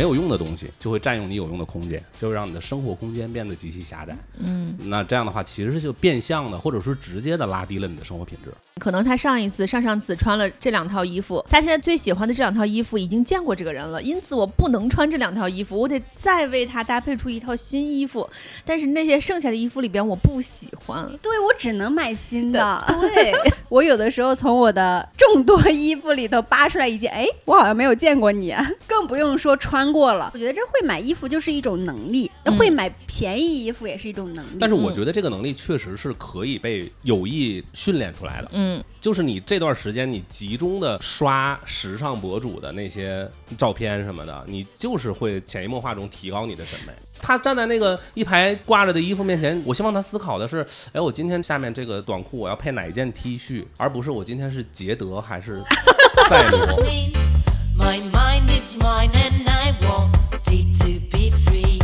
有用的东西就会占用你有用的空间，就会让你的生活空间变得极其狭窄。那这样的话其实就变相的或者是直接的拉低了你的生活品质。 可能他上上次穿了这2套衣服，他现在最喜欢的这2套衣服已经见过这个人了，因此我不能穿这2套衣服，我得再为他搭配出一套新衣服，但是那些剩下的衣服里边我不喜欢， 对，我只能买新的。 对我有的时候从我的众多衣服里头扒出来一件，哎，我好像没有见过你，更不用说穿过了。我觉得这会买衣服就是一种能力，会买便宜衣服也是一种能力。 但是我觉得这个能力确实是可以被有意训练出来的。就是你这段时间你集中的刷时尚博主的那些照片什么的，你就是会潜移默化中提高你的审美。他站在那个一排挂着的衣服面前，我希望他思考的是，哎，我今天下面这个短裤我要配哪一件 T 恤，而不是我今天是捷德还是赛罗。My mind is mine and I want it to be free.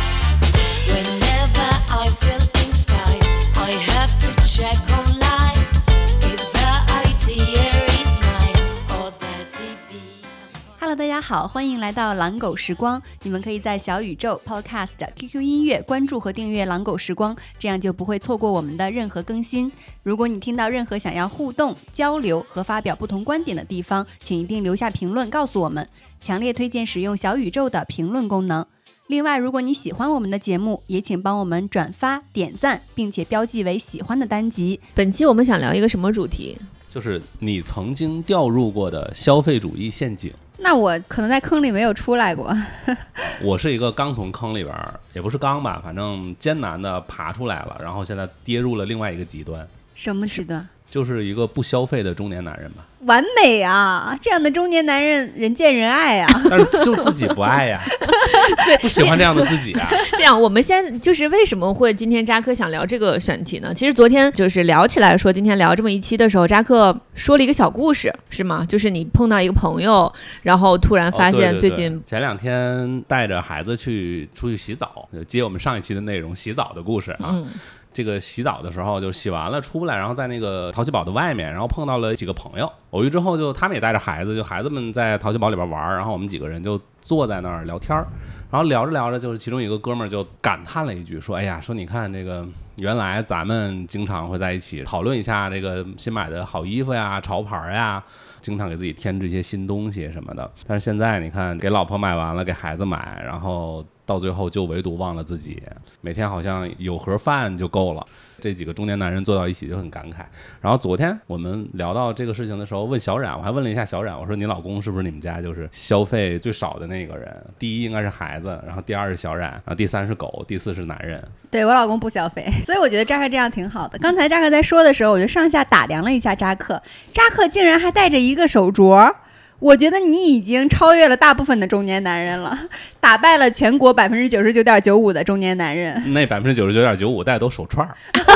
Whenever I feel inspired, I have to check online if the idea is mine or that it be.Hello， 大家好，欢迎来到狼狗时光。你们可以在小宇宙、Podcast、QQ 音乐关注和订阅狼狗时光，这样就不会错过我们的任何更新。如果你听到任何想要互动、交流和发表不同观点的地方，请一定留下评论告诉我们。强烈推荐使用小宇宙的评论功能。另外，如果你喜欢我们的节目，也请帮我们转发、点赞，并且标记为喜欢的单集。 本期我们想聊一个什么主题？ 就是你曾经掉入过的消费主义陷阱。 那我可能在坑里没有出来过。 我是一个刚从坑里边，也不是刚吧，反正艰难的爬出来了，然后现在跌入了另外一个极端。 什么极端？ 就是一个不消费的中年男人吧。 完美啊，这样的中年男人人见人爱啊。 但是就自己不爱呀。不喜欢这样的自己啊。 这样，我们先就是为什么会今天扎克想聊这个选题呢？其实昨天就是聊起来说今天聊这么一期的时候，扎克说了一个小故事，是吗？就是你碰到一个朋友，然后突然发现最近， 前2天带着孩子出去洗澡，接我们上一期的内容洗澡的故事啊。这个洗澡的时候就洗完了出来，然后在那个淘气堡的外面，然后碰到了几个朋友，偶遇之后就他们也带着孩子，就孩子们在淘气堡里边玩，然后我们几个人就坐在那儿聊天，然后聊着聊着，就是其中一个哥们儿就感叹了一句，说：“哎呀，说你看这个，原来咱们经常会在一起讨论一下这个新买的好衣服呀、潮牌呀，经常给自己添置一些新东西什么的。但是现在你看，给老婆买完了，给孩子买，然后到最后就唯独忘了自己，每天好像有盒饭就够了。”这几个中年男人坐到一起就很感慨。然后昨天我们聊到这个事情的时候，问小冉，我还问了一下小冉，我说你老公是不是你们家就是消费最少的那个人？第一应该是孩子，然后第2是小冉，然后第3是狗，第4是男人。 对，我老公不消费，所以我觉得扎克这样挺好的。刚才扎克在说的时候，我就上下打量了一下扎克竟然还带着一个手镯。我觉得你已经超越了大部分的中年男人了，打败了全国 99.95% 的中年男人。 那 99.95% 带都手串。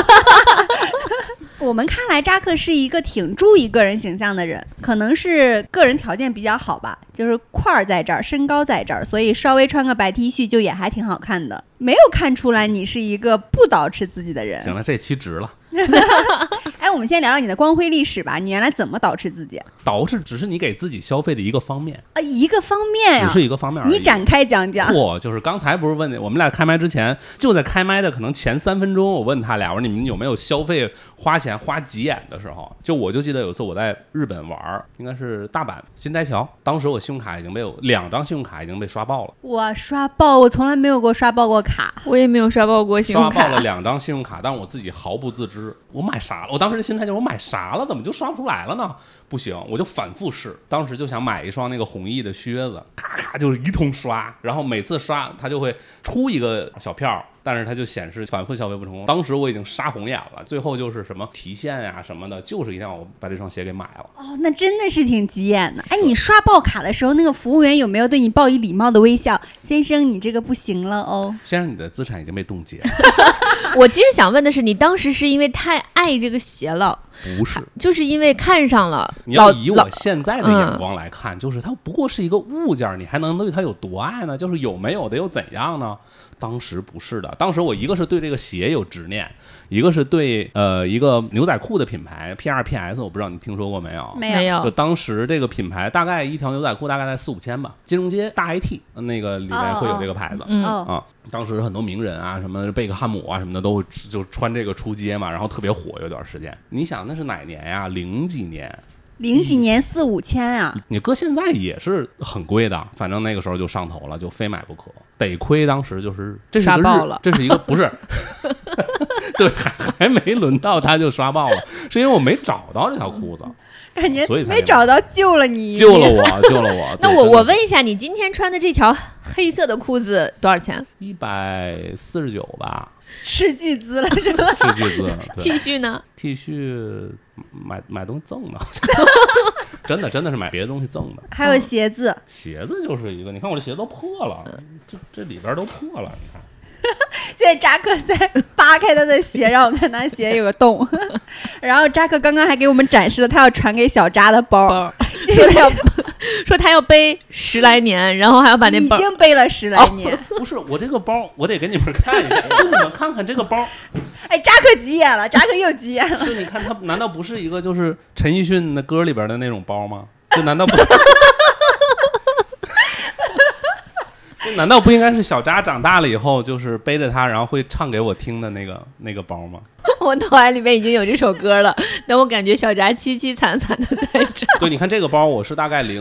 我们看来扎克是一个挺注意个人形象的人，可能是个人条件比较好吧，就是块儿在这儿，身高在这儿，所以稍微穿个白 T 恤就也还挺好看的，没有看出来你是一个不捯饬自己的人。 行了，这期值了。 哎，我们先聊聊你的光辉历史吧。你原来怎么捯饬自己？ 捯饬只是你给自己消费的一个方面啊，一个方面呀， 只是一个方面而已。 你展开讲讲。 就是刚才不是问我们俩开麦之前，就在开麦的可能前3分钟，我问他俩，我说你们有没有消费花钱花急眼的时候？我就记得有一次我在日本玩，应该是大阪新斋桥，当时我信用卡已经被2张信用卡已经被刷爆了。 我刷爆，我从来没有过刷爆过卡， 我也没有刷爆过信用卡， 刷爆了2张信用卡，但我自己毫不自知。我买啥了？我当时的心态就是我买啥了，怎么就刷不出来了呢？不行，我就反复试。当时就想买一双那个弘毅的靴子，咔咔就是一通刷，然后每次刷它就会出一个小票，但是它就显示反复消费不成功。当时我已经杀红眼了，最后就是什么提现呀什么的，就是一定要我把这双鞋给买了。 哦，那真的是挺急眼的。哎，你刷爆卡的时候，那个服务员有没有对你报以礼貌的微笑？先生，你这个不行了哦。 先生，你的资产已经被冻结了。 我其实想问的是，你当时是因为太爱这个鞋了？ 不是， 就是因为看上了。 你要以我现在的眼光来看，就是它不过是一个物件，你还能对它有多爱呢？就是有没有的又怎样呢？ 当时不是的，当时我一个是对这个鞋有执念，一个是对一个牛仔裤的品牌 P2PS， 我不知道你听说过没有？ 没有。 就当时这个品牌大概一条牛仔裤大概在4-5千吧，金融街大 IT 那个里面会有这个牌子当时很多名人啊，什么贝克汉姆啊什么的都就穿这个出街嘛，然后特别火有段时间。你想那是哪年呀？0几年。 0几年4-5千啊！ 你搁现在也是很贵的，反正那个时候就上头了，就非买不可。得亏当时就是这是刷爆了， 这是一个不是，对，还没轮到他就刷爆了，是因为我没找到这条裤子。 感觉没找到，救了你， 救了我。 那我问一下，你今天穿的这条黑色的裤子多少钱 ？149吧。 斥巨资了是吧？ 斥巨资。 T 恤呢 ？T 恤买东西赠的，真的是买别的东西赠的。 还有鞋子， 鞋子就是一个，你看我这鞋都破了，这里边都破了，你看。 现在扎克在扒开他的鞋，让我看他鞋有个洞。然后扎克刚刚还给我们展示了他要传给小扎的包， 说他要背10来年，然后还要把那包已经背了10来年。 不是我这个包，我得给你们看一下，就你们看看这个包。 哎，扎克急眼了，扎克又急眼了。 就你看他，难道不是一个就是陈奕迅的歌里边的那种包吗？就难道不？难道不应该是小扎长大了以后就是背着它，然后会唱给我听的那个包吗？ 我脑海里面已经有这首歌了，但我感觉小扎凄凄惨惨的在唱。 对，你看这个包，我是大概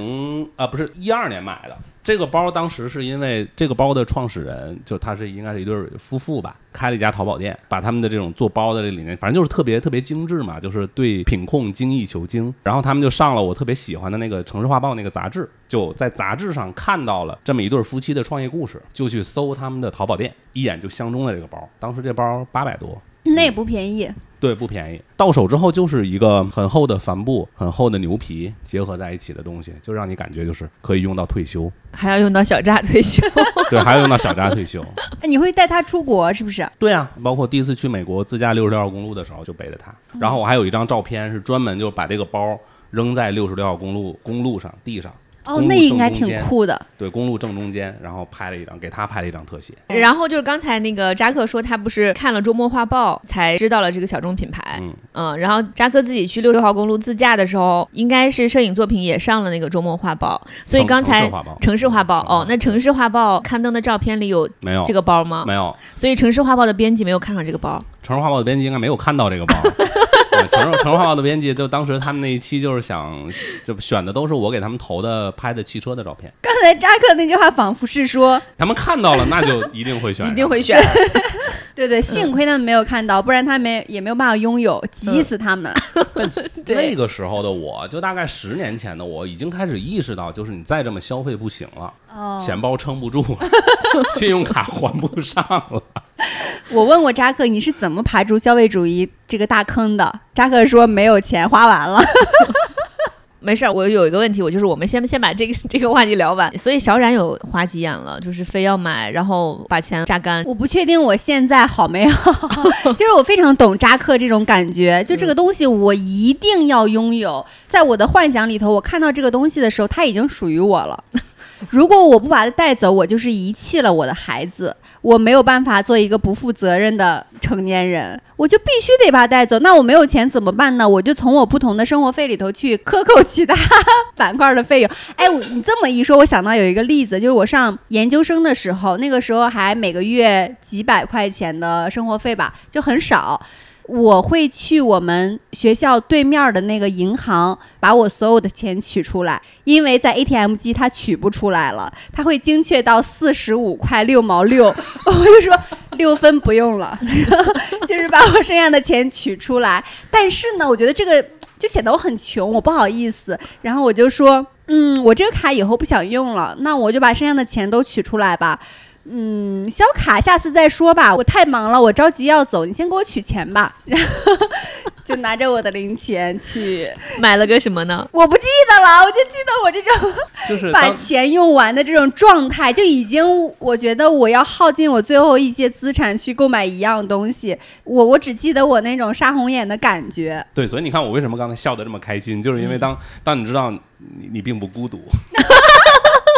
12年买的。这个包当时是因为这个包的创始人就他是应该是一对夫妇吧，开了一家淘宝店，把他们的这种做包的这理念，反正就是特别特别精致嘛，就是对品控精益求精。然后他们就上了我特别喜欢的那个《城市画报》那个杂志，就在杂志上看到了这么一对夫妻的创业故事，就去搜他们的淘宝店，一眼就相中了这个包。当时这包800多， 那也不便宜。 对，不便宜。到手之后就是一个很厚的帆布、很厚的牛皮结合在一起的东西，就让你感觉就是可以用到退休， 还要用到小扎退休。 对，还要用到小扎退休。 你会带他出国是不是？ 对啊，包括第一次去美国自驾66号公路的时候就背着它。然后我还有一张照片是专门就把这个包扔在66号公路上地上。 哦，那应该挺酷的。 对，公路正中间，然后给他拍了一张特写。 然后就是刚才那个扎克说，他不是看了周末画报才知道了这个小众品牌。然后扎克自己去66号公路自驾的时候，应该是摄影作品也上了那个周末画报。所以刚才城市画报那城市画报刊登的照片里有这个包吗？ 没有。 所以城市画报的编辑没有看上这个包。 城市画报的编辑应该没有看到这个包。城市画报的编辑就当时他们那一期就是就选的都是我给他们投的拍的汽车的照片。 刚才扎克那句话仿佛是说他们看到了那就一定会选。 一定会选。 对，幸亏他们没有看到，不然他们也没有办法拥有，急死他们。 那个时候的我就大概10年前的我已经开始意识到，就是你再这么消费不行了，钱包撑不住了，信用卡还不上了。 我问过扎克你是怎么爬出消费主义这个大坑的，扎克说没有钱花完了。 没事，我有一个问题，我们先把这个话题聊完。所以小冉有花急眼了，就是非要买，然后把钱榨干。 我不确定我现在好没好，就是我非常懂扎克这种感觉，就这个东西我一定要拥有，在我的幻想里头，我看到这个东西的时候，它已经属于我了。如果我不把它带走，我就是遗弃了我的孩子，我没有办法做一个不负责任的成年人，我就必须得把它带走。那我没有钱怎么办呢？我就从我不同的生活费里头去克扣其他板块的费用。哎，你这么一说，我想到有一个例子，就是我上研究生的时候，那个时候还每个月几百块钱的生活费吧，就很少。我会去我们学校对面的那个银行把我所有的钱取出来，因为在 ATM 机它取不出来了，它会精确到45块6毛6，我就说6分不用了，就是把我剩下的钱取出来。但是呢，我觉得这个就显得我很穷，我不好意思，然后我就说我这个卡以后不想用了，那我就把剩下的钱都取出来吧。消卡下次再说吧，我太忙了，我着急要走，你先给我取钱吧。然后就拿着我的零钱去买了个什么呢？ 我不记得了，我就记得我这种就是把钱用完的这种状态，就已经我觉得我要耗尽我最后一些资产去购买一样东西，我只记得我那种杀红眼的感觉。 对，所以你看我为什么刚才笑得这么开心，就是因为当你知道你并不孤独。 哎，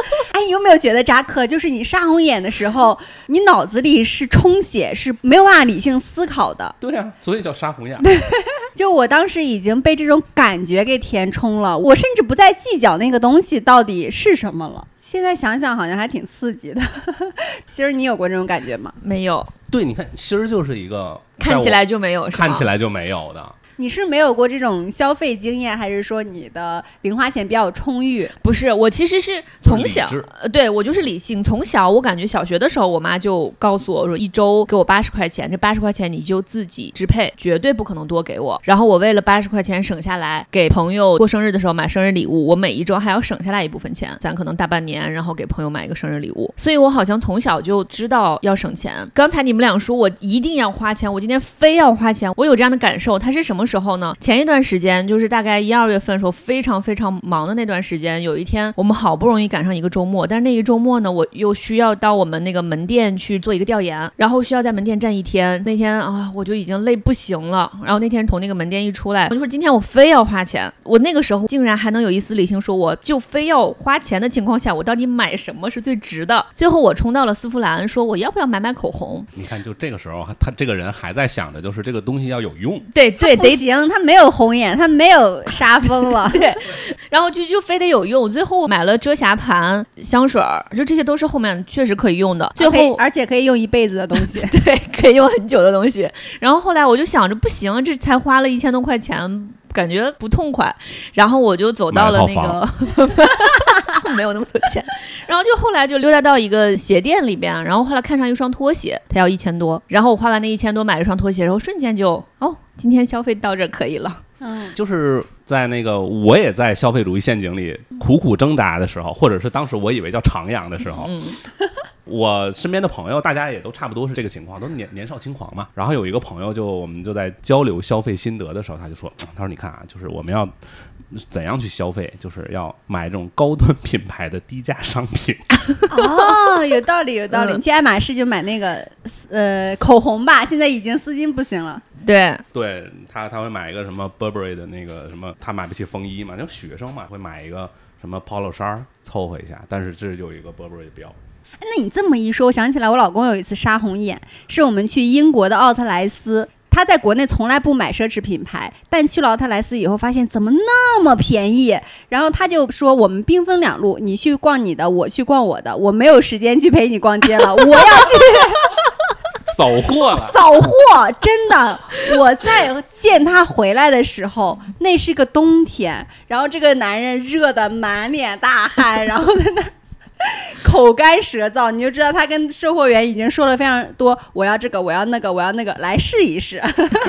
你有没有觉得扎克，就是你杀红眼的时候，你脑子里是充血，是没有办法理性思考的？ 对啊，所以叫杀红眼。 就我当时已经被这种感觉给填充了，我甚至不再计较那个东西到底是什么了。现在想想好像还挺刺激的。其实你有过这种感觉吗？ 没有。 对，你看芯儿就是一个看起来就没有， 看起来就没有的。 你是没有过这种消费经验，还是说你的零花钱比较充裕？ 不是，我其实是从小，对，我就是理性。从小我感觉小学的时候，我妈就告诉我说，一周给我80块钱，这80块钱你就自己支配，绝对不可能多给我。然后我为了80块钱省下来，给朋友过生日的时候买生日礼物，我每一周还要省下来一部分钱，咱可能大半年，然后给朋友买一个生日礼物。所以我好像从小就知道要省钱。刚才你们俩说我一定要花钱，我今天非要花钱，我有这样的感受。它是什么时候呢？前一段时间就是大概1、2月份的时候，非常非常忙的那段时间，有一天我们好不容易赶上一个周末，但是那个周末呢，我又需要到我们那个门店去做一个调研，然后需要在门店站1天。那天啊，我就已经累不行了。然后那天从那个门店一出来，我就说今天我非要花钱。我那个时候竟然还能有一丝理性，说我就非要花钱的情况下，我到底买什么是最值的？最后我冲到了丝芙兰，说我要不要买口红？ 你看，就这个时候，他这个人还在想着，就是这个东西要有用。 对， 得行，他没有红眼，他没有杀疯了。 对，然后就非得有用。最后我买了遮瑕盘、香水，就这些都是后面确实可以用的。最后而且可以用一辈子的东西。 对，可以用很久的东西。然后后来我就想着不行，这才花了1000多块钱，感觉不痛快。然后我就走到了那个没有那么多钱，然后就后来就溜达到一个鞋店里边，然后后来看上一双拖鞋，它要1000多，然后我花完那1000多买了一双拖鞋，然后瞬间就今天消费到这可以了。 就是在那个我也在消费主义陷阱里苦苦挣扎的时候，或者是当时我以为叫徜徉的时候，我身边的朋友大家也都差不多是这个情况，都年少轻狂嘛。然后有一个朋友我们就在交流消费心得的时候，他就说，他说你看啊，就是我们要怎样去消费，就是要买这种高端品牌的低价商品。 哦，有道理有道理。你去爱马仕就买那个口红吧，现在已经丝巾不行了。 对， 他会买一个什么 Burberry 的那个什么，他买不起风衣嘛，就学生嘛，会买一个什么 polo 衫凑合一下，但是这就有一个 Burberry 的标。 那你这么一说，我想起来我老公有一次杀红眼，是我们去英国的奥特莱斯。他在国内从来不买奢侈品牌，但去了奥特莱斯以后发现怎么那么便宜，然后他就说我们兵分2路，你去逛你的，我去逛我的，我没有时间去陪你逛街了，我要去扫货了， 扫货，真的。我在见他回来的时候，那是个冬天，然后这个男人热得满脸大汗，然后在那口干舌燥，你就知道他跟售货员已经说了非常多，我要这个，我要那个，我要那个，来试一试。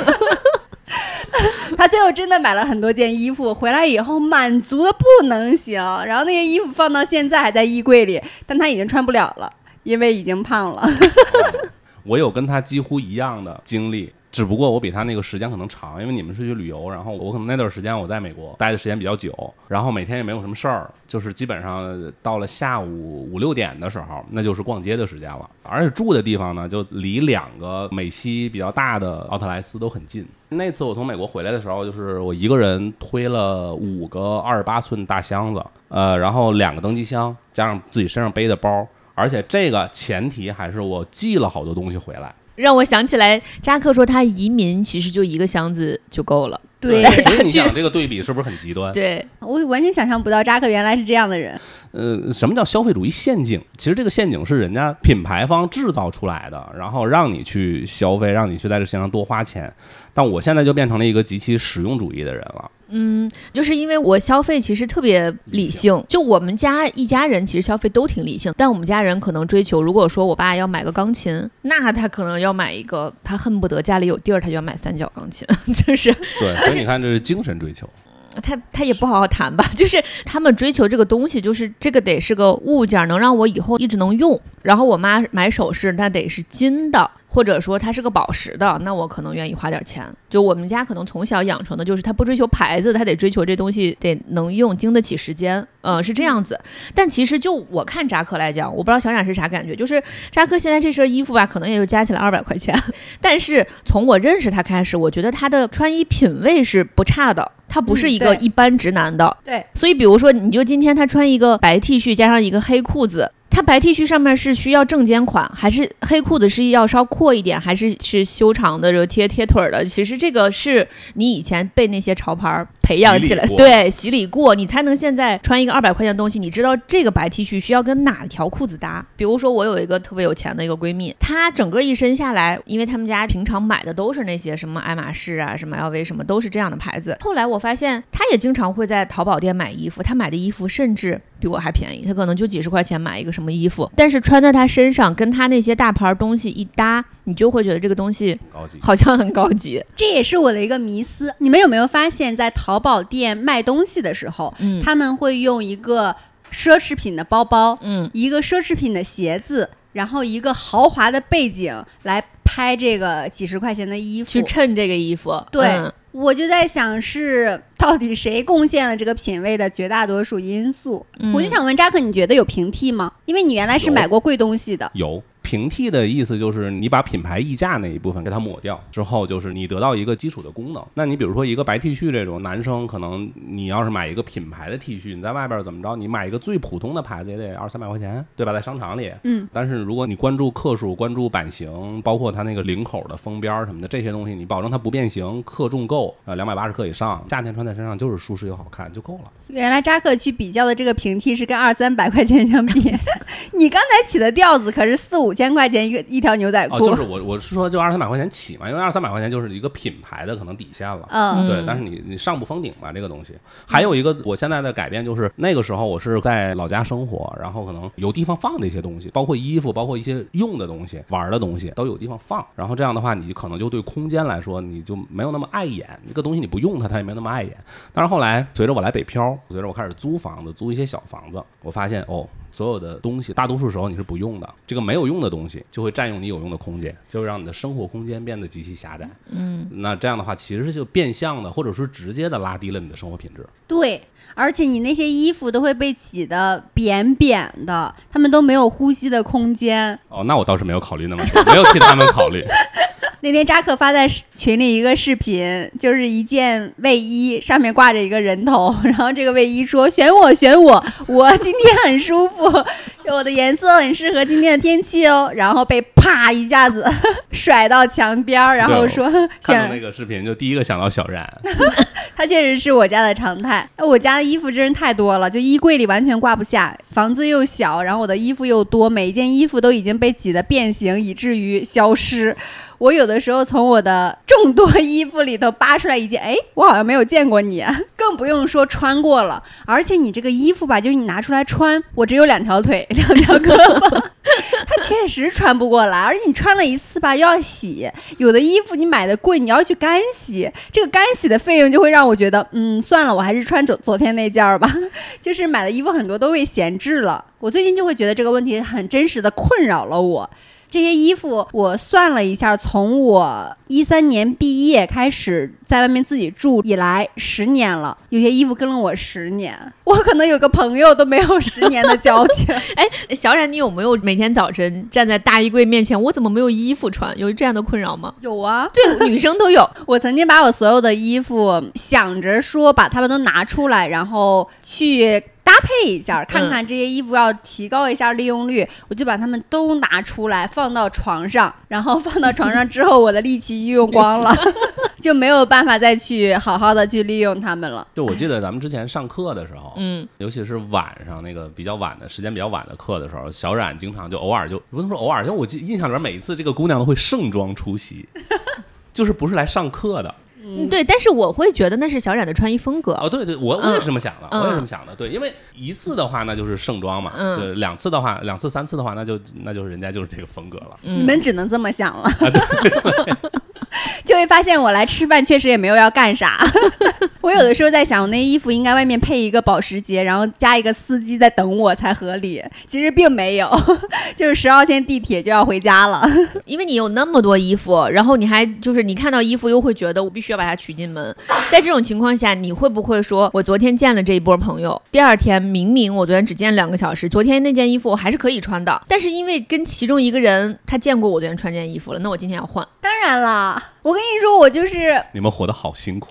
他最后真的买了很多件衣服，回来以后满足的不能行，然后那些衣服放到现在还在衣柜里，但他已经穿不了了，因为已经胖了。 我有跟他几乎一样的经历，只不过我比他那个时间可能长，因为你们是去旅游，然后我可能那段时间我在美国待的时间比较久，然后每天也没有什么事儿，就是基本上到了下午5、6点的时候，那就是逛街的时间了。而且住的地方呢，就离2个美西比较大的奥特莱斯都很近。那次我从美国回来的时候，就是我一个人推了5个28寸大箱子，然后2个登机箱，加上自己身上背的包。而且这个前提还是我寄了好多东西回来， 让我想起来扎克说他移民其实就1个箱子就够了。 对， 所以你想这个对比是不是很极端？ 对， 我完全想象不到扎克原来是这样的人。 什么叫消费主义陷阱？其实这个陷阱是人家品牌方制造出来的，然后让你去消费，让你去在这身上多花钱。但我现在就变成了一个极其实用主义的人了。 就是因为我消费其实特别理性，就我们家一家人其实消费都挺理性，但我们家人可能追求，如果说我爸要买个钢琴，那他可能要买一个，他恨不得家里有地儿，他就要买3角钢琴，就是对，所以你看这是精神追求。 他也不好好谈吧，就是他们追求这个东西，就是这个得是个物件，能让我以后一直能用。然后我妈买首饰，它得是金的， 或者说它是个宝石的，那我可能愿意花点钱。就我们家可能从小养成的就是他不追求牌子，他得追求这东西得能用，经得起时间，是这样子。但其实就我看扎克来讲，我不知道小冉是啥感觉，就是扎克现在这身衣服吧，可能也就加起来200块钱，但是从我认识他开始，我觉得他的穿衣品味是不差的。他不是一个一般直男的， 对， 所以比如说，你就今天他穿一个白 T 恤加上一个黑裤子，他白 T 恤上面是需要正肩款，还是黑裤子是要稍阔一点，还是修长的贴腿的？其实这个是你以前被那些潮牌培养起来，对，洗礼过，你才能现在穿一个200块钱的东西，你知道这个白 T 恤需要跟哪条裤子搭。比如说我有一个特别有钱的一个闺蜜，她整个一身下来，因为他们家平常买的都是那些什么爱马仕啊，什么 LV 什么都是这样的牌子。后来我发现她也经常会在淘宝店买衣服，她买的衣服甚至比我还便宜，她可能就几十块钱买一个什么衣服，但是穿在她身上跟她那些大牌东西一搭，你就会觉得这个东西好像很高级。 这也是我的一个迷思。你们有没有发现，在淘宝店卖东西的时候，他们会用一个奢侈品的包包，一个奢侈品的鞋子，然后一个豪华的背景来拍这个几十块钱的衣服， 去衬这个衣服。 对，我就在想，是到底谁贡献了这个品味的绝大多数因素？我就想问扎克，你觉得有平替吗？因为你原来是买过贵东西的。 有平替的意思就是你把品牌溢价那一部分给它抹掉之后，就是你得到一个基础的功能。那你比如说一个白 T 恤这种，男生可能你要是买一个品牌的 T 恤，你在外边怎么着，你买一个最普通的牌子也得200-300块钱，对吧？在商场里，但是如果你关注克数、关注版型，包括它那个领口的封边什么的这些东西，你保证它不变形，克重够，280克以上，夏天穿在身上就是舒适又好看就够了。 原来扎克去比较的这个平替是跟200-300块钱相比，你刚才起的调子可是4-5千块钱一条牛仔裤。 就是我是说就200-300块钱起嘛，因为200-300块钱就是一个品牌的可能底线了。对，但是你上不封顶嘛这个东西。还有一个我现在的改变就是那个时候我是在老家生活，然后可能有地方放这些东西，包括衣服，包括一些用的东西、玩的东西都有地方放。然后这样的话，你可能就对空间来说你就没有那么碍眼，这个东西你不用它也没有那么碍眼。但是后来随着我来北漂，随着我开始租房子，租一些小房子，我发现所有的东西大多数时候你是不用的，这个没有用的东西就会占用你有用的空间，就会让你的生活空间变得极其狭窄。那这样的话其实是就变相的或者说直接的拉低了你的生活品质。 对，而且你那些衣服都会被挤得扁扁的，他们都没有呼吸的空间。 那我倒是没有考虑那么多，没有替他们考虑。 那天扎克发在群里一个视频，就是一件卫衣，上面挂着一个人头，然后这个卫衣说选我选我，我今天很舒服，我的颜色很适合今天的天气哦，然后被啪一下子甩到墙边，然后说看到那个视频就第一个想到小冉。 他确实是我家的常态。我家的衣服真是太多了，就衣柜里完全挂不下，房子又小，然后我的衣服又多，每一件衣服都已经被挤得变形，以至于消失。我有的时候从我的众多衣服里头扒出来一件，我好像没有见过你，更不用说穿过了。而且你这个衣服吧，就是你拿出来穿，我只有2条腿2条胳膊，它确实穿不过来。而且你穿了一次吧又要洗，有的衣服你买的贵，你要去干洗，这个干洗的费用就会让我觉得算了，我还是穿昨天那件吧。就是买的衣服很多都被闲置了。我最近就会觉得这个问题很真实的困扰了我。这些衣服我算了一下，从我13年毕业开始在外面自己住以来10年了，有些衣服跟了我10年，我可能有个朋友都没有10年的交情。 小冉，你有没有每天早晨站在大衣柜面前，我怎么没有衣服穿？有这样的困扰吗？ 有啊， 对，女生都有。 我曾经把我所有的衣服想着说把它们都拿出来，然后去搭配一下，看看这些衣服要提高一下利用率，我就把它们都拿出来放到床上，然后放到床上之后我的力气用光了就没有办法再去好好的去利用它们了。 就我记得咱们之前上课的时候，尤其是晚上那个比较晚的时间比较晚的课的时候，小冉经常就偶尔就不能说偶尔，就我印象里边每一次这个姑娘都会盛装出席就是不是来上课的。 对，但是我会觉得那是小冉的穿衣风格。 对对，我也是这么想的，我也是这么想的。对，因为一次的话那就是盛装嘛，就2次的话，2次3次的话，那就是人家就是这个风格了。 你们只能这么想了。 就会发现我来吃饭确实也没有要干啥。我有的时候在想，我那衣服应该外面配一个保时捷，然后加一个司机在等我才合理，其实并没有，就是10号线地铁就要回家了。 因为你有那么多衣服，然后你还就是你看到衣服又会觉得我必须要把它取进门，在这种情况下，你会不会说我昨天见了这一波朋友，第二天明明我昨天只见2个小时，昨天那件衣服我还是可以穿的，但是因为跟其中一个人他见过我昨天穿这件衣服了，那我今天要换。 当然了，我跟你说，我就是你们活得好辛苦。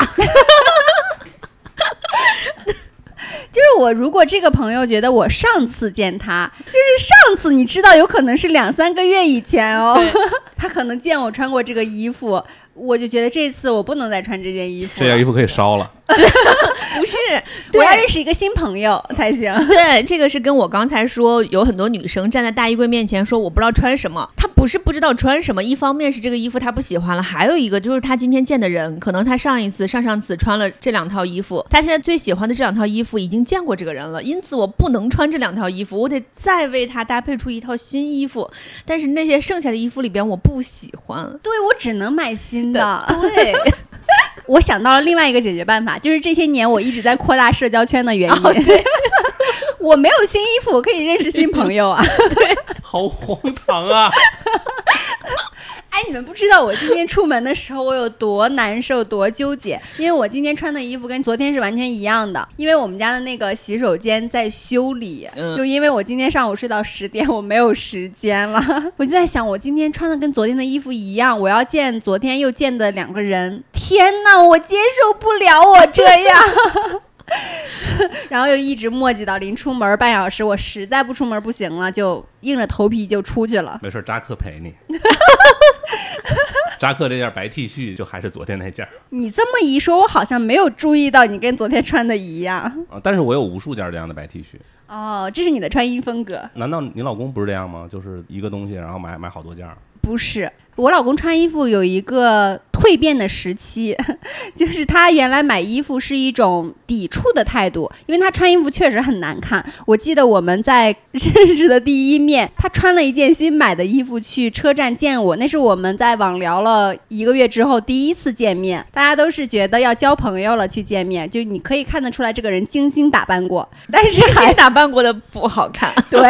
就是我，如果这个朋友觉得我上次见他，就是上次你知道有可能是2-3个月以前哦，他可能见我穿过这个衣服，我就觉得这次我不能再穿这件衣服了， 这件衣服可以烧了。 不是， 我要认识一个新朋友才行。 对，这个是跟我刚才说有很多女生站在大衣柜面前说我不知道穿什么，她不是不知道穿什么，一方面是这个衣服她不喜欢了，还有一个就是她今天见的人，可能她上一次上次穿了这2套衣服，她现在最喜欢的这2套衣服已经见过这个人了，因此我不能穿这2套衣服，我得再为她搭配出一套新衣服，但是那些剩下的衣服里边我不喜欢， 对，我只能买新的。 对。 我想到了另外一个解决办法，就是这些年我一直在扩大社交圈的原因。 对， 我没有新衣服，我可以认识新朋友啊。 对， 好荒唐啊！ 哎，你们不知道我今天出门的时候我有多难受多纠结，因为我今天穿的衣服跟昨天是完全一样的，因为我们家的那个洗手间在修理，就因为我今天上午睡到10点，我没有时间了，我就在想我今天穿的跟昨天的衣服一样，我要见昨天又见的2个人，天哪，我接受不了我这样。然后又一直磨叽到临出门半小时，我实在不出门不行了，就硬着头皮就出去了。 没事，扎克陪你。扎克这件白 T 恤就还是昨天那件。 你这么一说，我好像没有注意到你跟昨天穿的一样。 但是我有无数件这样的白 T 恤。 哦，这是你的穿衣风格。 难道你老公不是这样吗？就是一个东西，然后买好多件。 不是，我老公穿衣服有一个蜕变的时期，就是他原来买衣服是一种抵触的态度，因为他穿衣服确实很难看。我记得我们在认识的第1面，他穿了一件新买的衣服去车站见我，那是我们在网聊了1个月之后第一次见面，大家都是觉得要交朋友了去见面，就你可以看得出来这个人精心打扮过，但是精心打扮过的不好看。 对。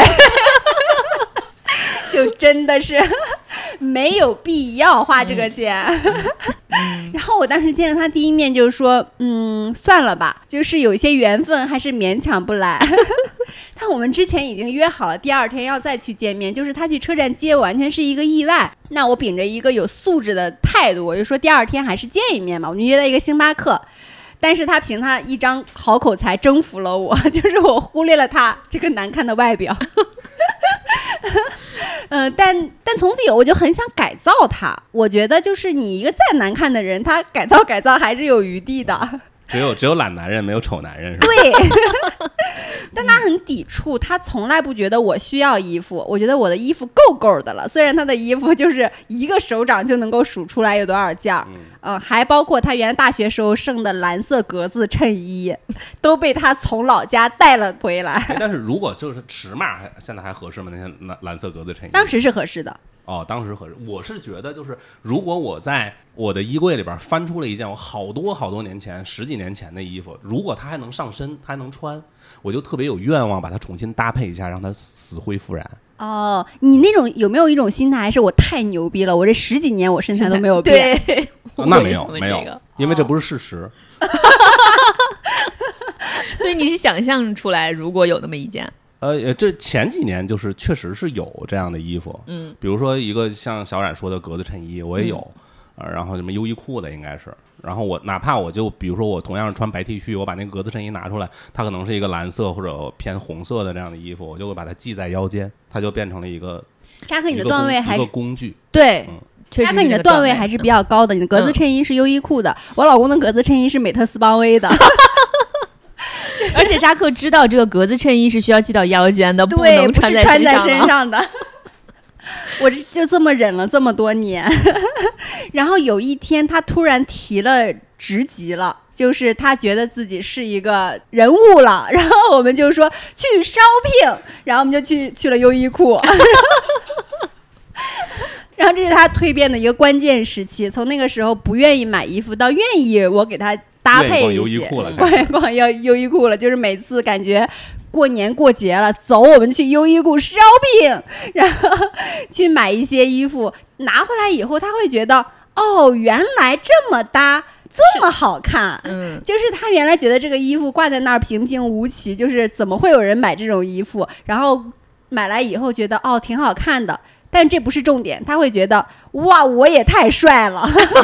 就真的是没有必要花这个钱。然后我当时见了他第1面就说算了吧，就是有一些缘分还是勉强不来。但我们之前已经约好了第2天要再去见面，就是他去车站接我完全是一个意外，那我秉着一个有素质的态度，我就说第2天还是见一面嘛，我们就约在一个星巴克。但是他凭他一张好口才征服了我，就是我忽略了他这个难看的外表。但从此以后我就很想改造他，我觉得就是你一个再难看的人，他改造还是有余地的。 只有懒男人没有丑男人是吧？ 对。但他很抵触，他从来不觉得我需要衣服，我觉得我的衣服够够的了，虽然他的衣服就是一个手掌就能够数出来有多少件，还包括他原来大学时候剩的蓝色格子衬衣都被他从老家带了回来。 但是如果就是尺码现在还合适吗？那些蓝色格子衬衣当时是合适的。 哦，当时合适。我是觉得就是如果我在我的衣柜里边翻出了一件我好多年前10几年前的衣服，如果它还能上身，它还能穿，我就特别有愿望把它重新搭配一下，让它死灰复燃。 哦，你那种有没有一种心态是我太牛逼了，我这10几年我身材都没有变？ 对， 那没有，因为这不是事实。 所以你是想象出来如果有那么一件。 这前几年就是确实是有这样的衣服，比如说一个像小冉说的格子衬衣，我也有，然后什么优衣库的应该是，然后我哪怕我就比如说我同样是穿白 T 恤，我把那个格子衬衣拿出来，它可能是一个蓝色或者偏红色的这样的衣服，我就会把它系在腰间，它就变成了一个扎克，你的段位还是一个工具。 对，扎克，你的段位位还是比较高的，你的格子衬衣是优衣库的，我老公的格子衬衣是美特斯邦威的。 而且扎克知道这个格子衬衣是需要系到腰间的，不对， 能不是穿在身上的。我就这么忍了这么多年。然后有一天他突然提了职级了，就是他觉得自己是一个人物了，然后我们就说去 shopping， 然后我们就去了优衣库。 然后这是他蜕变的一个关键时期，从那个时候不愿意买衣服到愿意我给他搭配一些， 逛优衣库了， 逛优衣库了，就是每次感觉过年过节了，走，我们去优衣库 shopping， 然后去买一些衣服，拿回来以后他会觉得哦，原来这么搭这么好看，就是他原来觉得这个衣服挂在那儿平平无奇，就是怎么会有人买这种衣服，然后买来以后觉得哦挺好看的，但这不是重点，他会觉得哇我也太帅了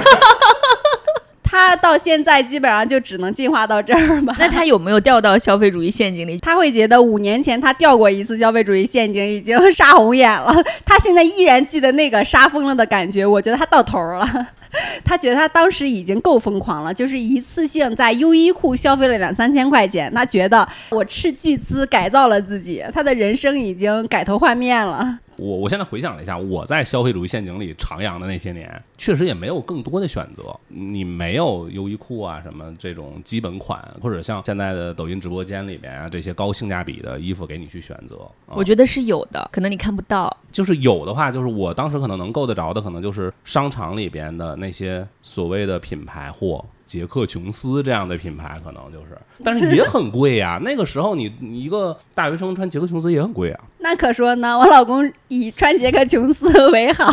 他到现在基本上就只能进化到这儿吧。 那他有没有掉到消费主义陷阱里？ 他会觉得5年前他掉过一次消费主义陷阱，已经杀红眼了，他现在依然记得那个杀疯了的感觉，我觉得他到头了。他觉得他当时已经够疯狂了，就是一次性在优衣库消费了2-3千块钱，他觉得我斥巨资改造了自己，他的人生已经改头换面了。 我现在回想了一下，我在消费主义陷阱里徜徉的那些年，确实也没有更多的选择。你没有优衣库啊什么这种基本款，或者像现在的抖音直播间里面啊这些高性价比的衣服给你去选择。 我觉得是有的，可能你看不到。 就是有的话，就是我当时可能能够得着的，可能就是商场里边的那些所谓的品牌货。杰克琼斯这样的品牌可能就是，但是也很贵呀。那个时候你一个大学生穿杰克琼斯也很贵啊。 那可说呢，我老公以穿杰克琼斯为豪。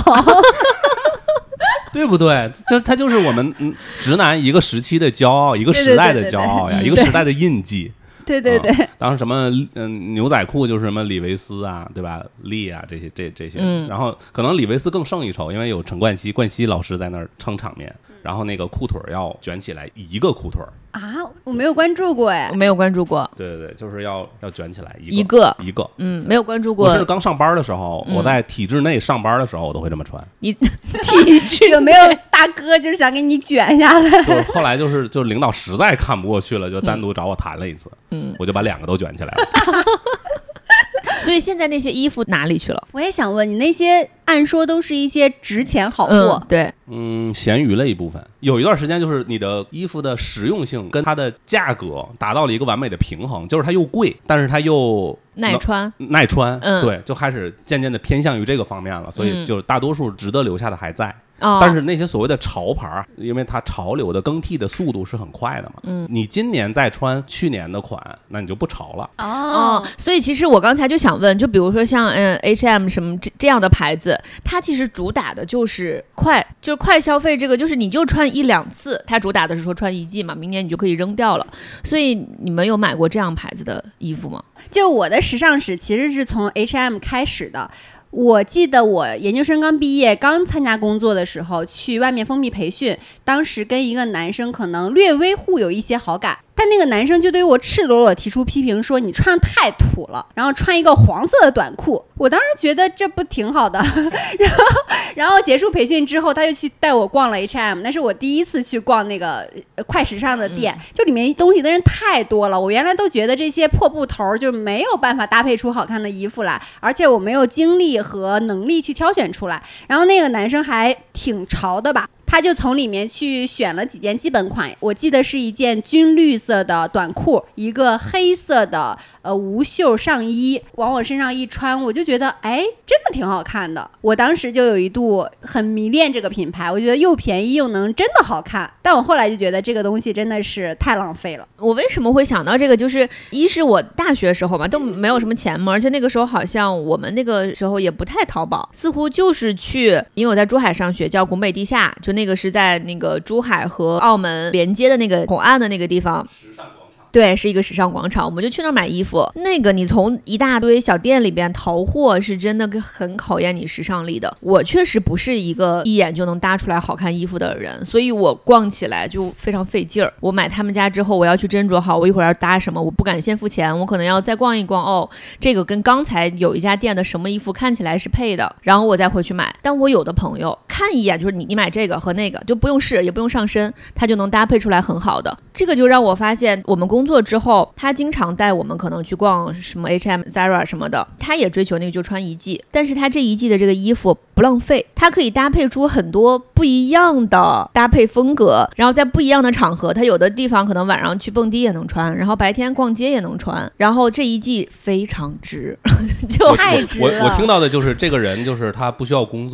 对不对？他就是我们直男一个时期的骄傲，一个时代的骄傲呀，一个时代的印记。 对对对， 当时什么牛仔裤就是什么李维斯啊，对吧？利啊这些，然后可能李维斯更胜一筹，因为有陈冠希老师在那儿撑场面。然后那个裤腿要卷起来一个裤腿啊，我没有关注过哎， 我没有关注过。 对对对，就是要卷起来一个，没有关注过。 我是刚上班的时候，我在体制内上班的时候，我都会这么穿。 你体制有没有大哥就是想给你卷下来？ 就是后来就是领导实在看不过去了，就单独找我谈了一次，我就把2个都卷起来了。 所以现在那些衣服哪里去了？ 我也想问你，那些按说都是一些值钱好货， 对， 闲鱼了一部分。有一段时间就是你的衣服的实用性跟它的价格达到了一个完美的平衡，就是它又贵，但是它又耐穿， 对，就开始渐渐的偏向于这个方面了，所以就是大多数值得留下的还在。但是那些所谓的潮牌，因为它潮流的更替的速度是很快的嘛，你今年再穿去年的款，那你就不潮了。 所以其实我刚才就想问，就比如说像H&M 什么这样的牌子，它其实主打的就是快消费，这个就是你就穿1-2次，它主打的是说穿1季嘛，明年你就可以扔掉了。所以你们有买过这样牌子的衣服吗？ 就我的时尚史其实是从 H&M 开始的。我记得我研究生刚毕业，刚参加工作的时候，去外面蜂蜜培训，当时跟一个男生可能略微互有一些好感，但那个男生就对我赤裸裸提出批评，说你穿太土了，然后穿一个黄色的短裤。我当时觉得这不挺好的，然后结束培训之后，他就去带我逛了 H&M， 那是我第一次去逛那个快时尚的店，就里面东西的人太多了，我原来都觉得这些破布头就没有办法搭配出好看的衣服来，而且我没有精力和能力去挑选出来。然后那个男生还挺潮的吧，他就从里面去选了几件基本款，我记得是一件军绿色的短裤，一个黑色的无袖上衣，往我身上一穿，我就觉得哎，真的挺好看的。我当时就有一度很迷恋这个品牌，我觉得又便宜又能真的好看，但我后来就觉得这个东西真的是太浪费了。 我为什么会想到这个，就是一是我大学时候嘛，都没有什么钱嘛，而且那个时候好像我们那个时候也不太淘宝，似乎就是去，因为我在珠海上学，叫拱北地下，就那个是在那个珠海和澳门连接的那个口岸的那个地方，对，是一个时尚广场，我们就去那儿买衣服。那个你从一大堆小店里边淘货，是真的很考验你时尚力的。我确实不是一个一眼就能搭出来好看衣服的人，所以我逛起来就非常费劲儿。我买他们家之后，我要去斟酌好我一会儿要搭什么，我不敢先付钱，我可能要再逛一逛，哦，这个跟刚才有一家店的什么衣服看起来是配的，然后我再回去买。但我有的朋友看一眼就是你买这个和那个就不用试，也不用上身，他就能搭配出来很好的。这个就让我发现，我们工作之后，他经常带我们可能去逛什么 H&M、Zara 什么的，他也追求那个就穿1季，但是他这1季的这个衣服不浪费，他可以搭配出很多不一样的搭配风格，然后在不一样的场合，他有的地方可能晚上去蹦迪也能穿，然后白天逛街也能穿，然后这1季非常值，就太值了。 我听到的就是这个人就是他不需要工作。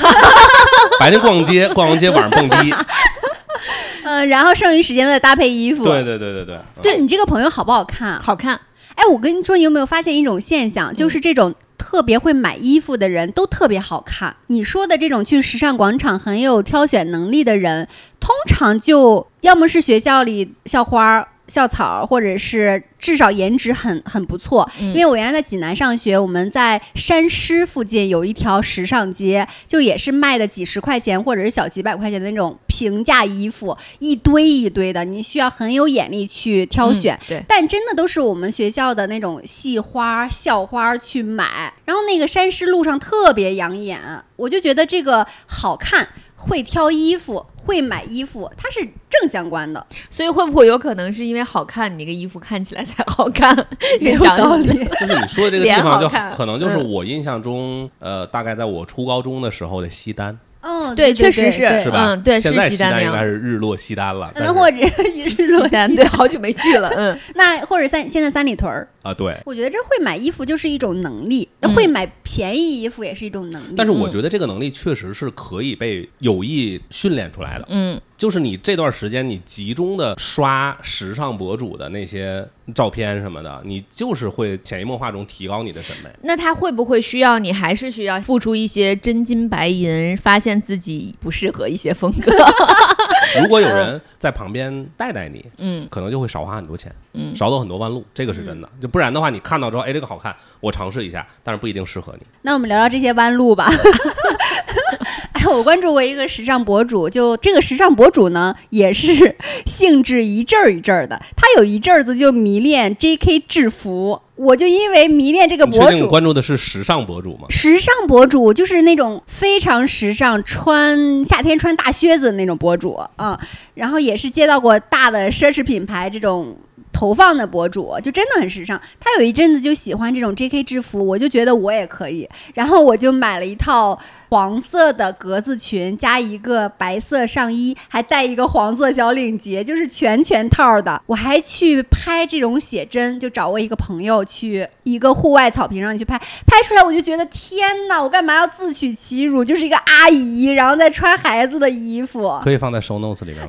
白天逛街，逛完街晚上蹦迪。 然后剩余时间都在搭配衣服。 对， 对你这个朋友好不好看？ 好看。 哎，我跟你说，你有没有发现一种现象，就是这种特别会买衣服的人都特别好看。你说的这种去时尚广场很有挑选能力的人，通常就要么是学校里校花、校草，或者是至少颜值很不错。因为我原来在济南上学，我们在山师附近有一条时尚街，就也是卖的几十块钱或者是小几百块钱的那种平价衣服，一堆一堆的，你需要很有眼力去挑选。 对， 但真的都是我们学校的那种系花、校花去买，然后那个山师路上特别养眼，我就觉得这个好看，会挑衣服，会买衣服，它是正相关的。 所以会不会有可能是因为好看，你那个衣服看起来才好看？ 没有道理。 就是你说的这个地方，就可能就是我印象中，大概在我初高中的时候的西单。 对， 确实是吧？ 对， 现在西单应该是日落西单了， 或者日落西单， 对，好久没去了。 那或者现在三里屯啊，对， 我觉得这会买衣服就是一种能力，会买便宜衣服也是一种能力。 但是我觉得这个能力确实是可以被有意训练出来的。就是你这段时间你集中的刷时尚博主的那些照片什么的，你就是会潜移默化中提高你的审美。 那他会不会需要你还是需要付出一些真金白银，发现自己不适合一些风格？ 如果有人在旁边带你，可能就会少花很多钱，少走很多弯路，这个是真的。就不然的话，你看到之后，哎，这个好看，我尝试一下，但是不一定适合你。 那我们聊聊这些弯路吧。我关注过一个时尚博主，就这个时尚博主呢，也是性质一阵儿一阵儿的。他有一阵子就迷恋 JK 制服，我就因为迷恋这个博主。 你确定关注的是时尚博主吗？ 时尚博主就是那种非常时尚，夏天穿大靴子的那种博主啊，然后也是接到过大的奢侈品牌这种投放的博主，就真的很时尚。他有一阵子就喜欢这种 JK 制服，我就觉得我也可以，然后我就买了一套黄色的格子裙加一个白色上衣，还带一个黄色小领结，就是全套的。我还去拍这种写真，就找我一个朋友去一个户外草坪上去拍出来，我就觉得天哪，我干嘛要自取其辱？就是一个阿姨，然后再穿孩子的衣服， 可以放在 show notes 里边。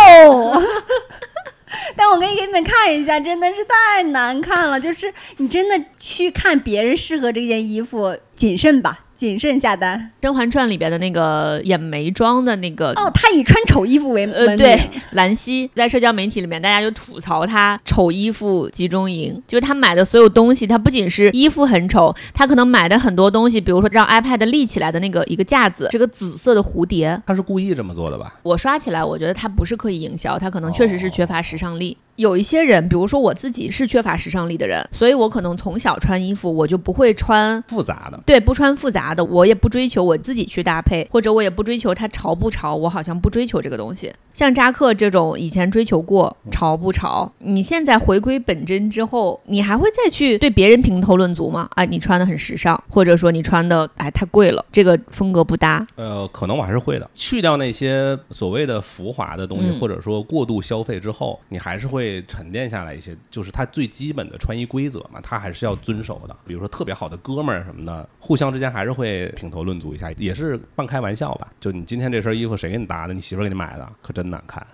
No 但我可以给你们看一下，真的是太难看了。就是你真的去看别人适合这件衣服，谨慎吧，谨慎下单。 《甄嬛传》里边的那个演眉庄的那个她以穿丑衣服为闻名。 对，兰溪在社交媒体里面，大家就吐槽她丑衣服集中营，就是她买的所有东西，她不仅是衣服很丑，她可能买的很多东西，比如说让 iPad 立起来的那个一个架子，这个紫色的蝴蝶， 她是故意这么做的吧？ 我刷起来，我觉得她不是刻意营销，她可能确实是缺乏时尚力。有一些人，比如说我自己是缺乏时尚力的人，所以我可能从小穿衣服我就不会穿复杂的， 对，不穿复杂的，我也不追求我自己去搭配，或者我也不追求它潮不潮，我好像不追求这个东西。像扎克这种以前追求过潮不潮，你现在回归本真之后，你还会再去对别人评头论足吗？你穿的很时尚，或者说你穿的太贵了，这个风格不搭。 可能我还是会的，去掉那些所谓的浮华的东西，或者说过度消费之后，你还是会沉淀下来一些，就是它最基本的穿衣规则嘛，它还是要遵守的。比如说特别好的哥们儿什么的，互相之间还是会评头论足一下，也是半开玩笑吧。就你今天这身衣服谁给你搭的？你媳妇儿给你买的，可真难看。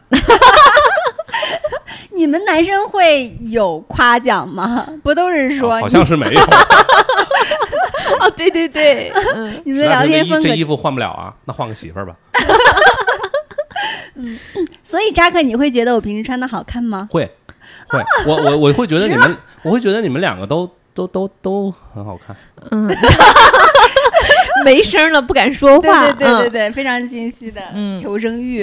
你们男生会有夸奖吗？不都是说、 好像是没有。 对对对， 你们聊天风格这衣服换不了啊，那换个媳妇儿吧。 所以扎克，你会觉得我平时穿的好看吗？ 会，我会觉得你们，我会觉得你们两个都很好看。 没声了，不敢说话。 对，非常心虚的求生欲。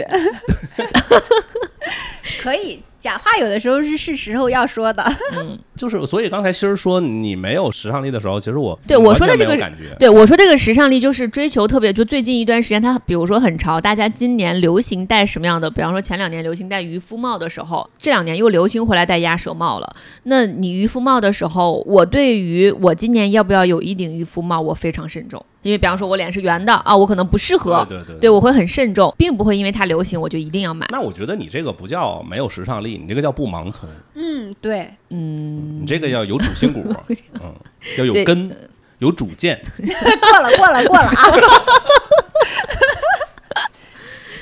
可以，假话有的时候是时候要说的。 就是所以刚才欣儿说你没有时尚力的时候，其实我说的这个感觉，对我说这个时尚力就是追求特别，就最近一段时间它比如说很潮，大家今年流行戴什么样的，比方说前2年流行戴渔夫帽的时候，这2年又流行回来戴鸭舌帽了。那你渔夫帽的时候，我对于我今年要不要有一顶渔夫帽我非常慎重，因为比方说我脸是圆的啊，我可能不适合，对我会很慎重，并不会因为它流行我就一定要买。 那我觉得你这个不叫没有时尚力，你这个叫不盲从。 对， 你这个要有主心骨，要有根，有主见。 过了啊！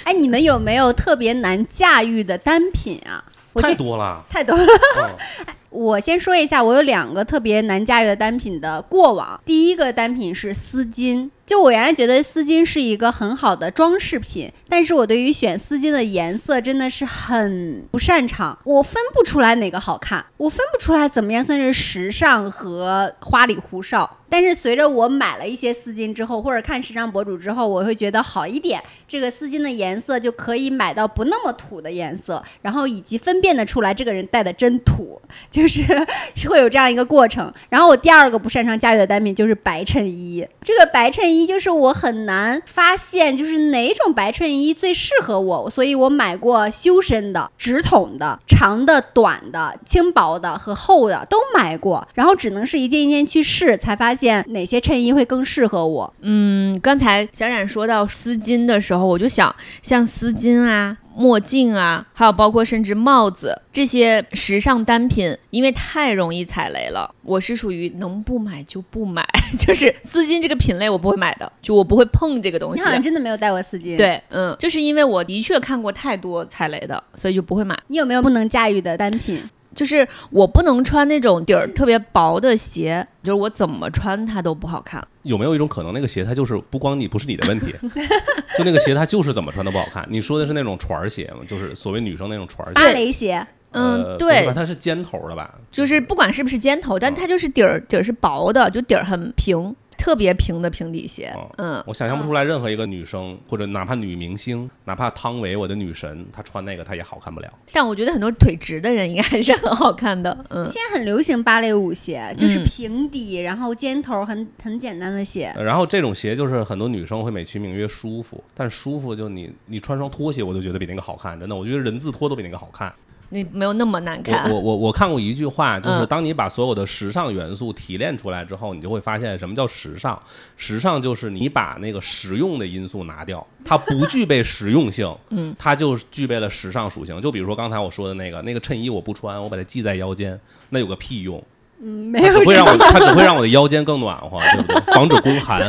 哎，你们有没有特别难驾驭的单品啊？ 太多了， 太多了。我先说一下，我有2个特别难驾驭的单品的过往。第一个单品是丝巾，就我原来觉得丝巾是一个很好的装饰品，但是我对于选丝巾的颜色真的是很不擅长，我分不出来哪个好看，我分不出来怎么样算是时尚和花里胡哨。但是随着我买了一些丝巾之后，或者看时尚博主之后，我会觉得好一点，这个丝巾的颜色就可以买到不那么土的颜色，然后以及分辨得出来这个人戴的真土，就是会有这样一个过程。然后我第2个不擅长驾驭的单品就是白衬衣，这个白衬衣就是我很难发现就是哪种白衬衣最适合我，所以我买过修身的、直筒的、长的、短的、轻薄的和厚的都买过，然后只能是一件一件去试，才发现哪些衬衣会更适合我。 刚才小冉说到丝巾的时候，我就想像丝巾啊、墨镜啊，还有包括甚至帽子这些时尚单品，因为太容易踩雷了，我是属于能不买就不买，就是丝巾这个品类我不会买的，就我不会碰这个东西。 你好像真的没有戴过丝巾。 对，就是因为我的确看过太多踩雷的，所以就不会买。 你有没有不能驾驭的单品？ 就是我不能穿那种底儿特别薄的鞋，就是我怎么穿它都不好看。 有没有一种可能，那个鞋它就是不是你的问题，就那个鞋它就是怎么穿都不好看？你说的是那种船鞋吗？就是所谓女生那种船鞋、 芭蕾鞋。 对， 它是尖头的吧？ 就是不管是不是尖头，但它就是底儿是薄的，就底儿很平。特别平的平底鞋。 我想象不出来任何一个女生，或者哪怕女明星，哪怕汤唯我的女神，她穿那个她也好看不了。 但我觉得很多腿直的人应该还是很好看的。 现在很流行芭蕾舞鞋，就是平底，然后尖头很简单的鞋。 然后这种鞋就是很多女生会美其名曰舒服，但舒服就你穿双拖鞋我都觉得比那个好看，真的，我觉得人字拖都比那个好看。 你没有那么难看。 我看过一句话，就是当你把所有的时尚元素提炼出来之后，你就会发现什么叫时尚。时尚就是你把那个实用的因素拿掉，它不具备实用性，它就具备了时尚属性。就比如说刚才我说的那个衬衣，我不穿，我把它系在腰间，那有个屁用？ 没有， 它只会让我的腰间更暖和，对不对？防止宫寒。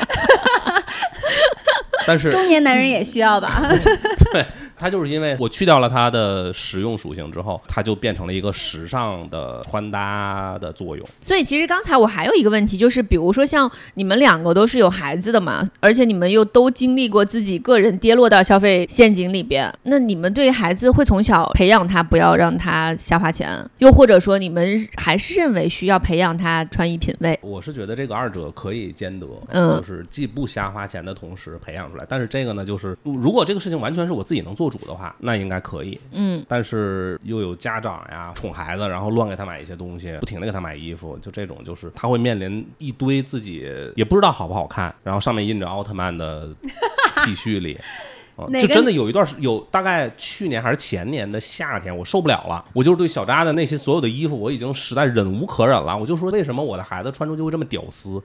但是中年男人也需要吧？ 对，它就是因为我去掉了它的实用属性之后，它就变成了一个时尚的穿搭的作用。 所以其实刚才我还有一个问题，就是比如说像你们2个都是有孩子的嘛，而且你们又都经历过自己个人跌落到消费陷阱里边，那你们对孩子会从小培养他不要让他瞎花钱，又或者说你们还是认为需要培养他穿衣品味？ 我是觉得这个2者可以兼得，就是既不瞎花钱的同时培养出来。但是这个呢，就是如果这个事情完全是我自己能做主的话，那应该可以。但是又有家长呀宠孩子，然后乱给他买一些东西，不停的给他买衣服，就这种就是他会面临一堆自己也不知道好不好看，然后上面印着奥特曼的 T 恤里。就真的有一段有大概去年还是前年的夏天，我受不了了，我就是对小扎的那些所有的衣服我已经实在忍无可忍了，我就说为什么我的孩子穿出就会这么屌丝？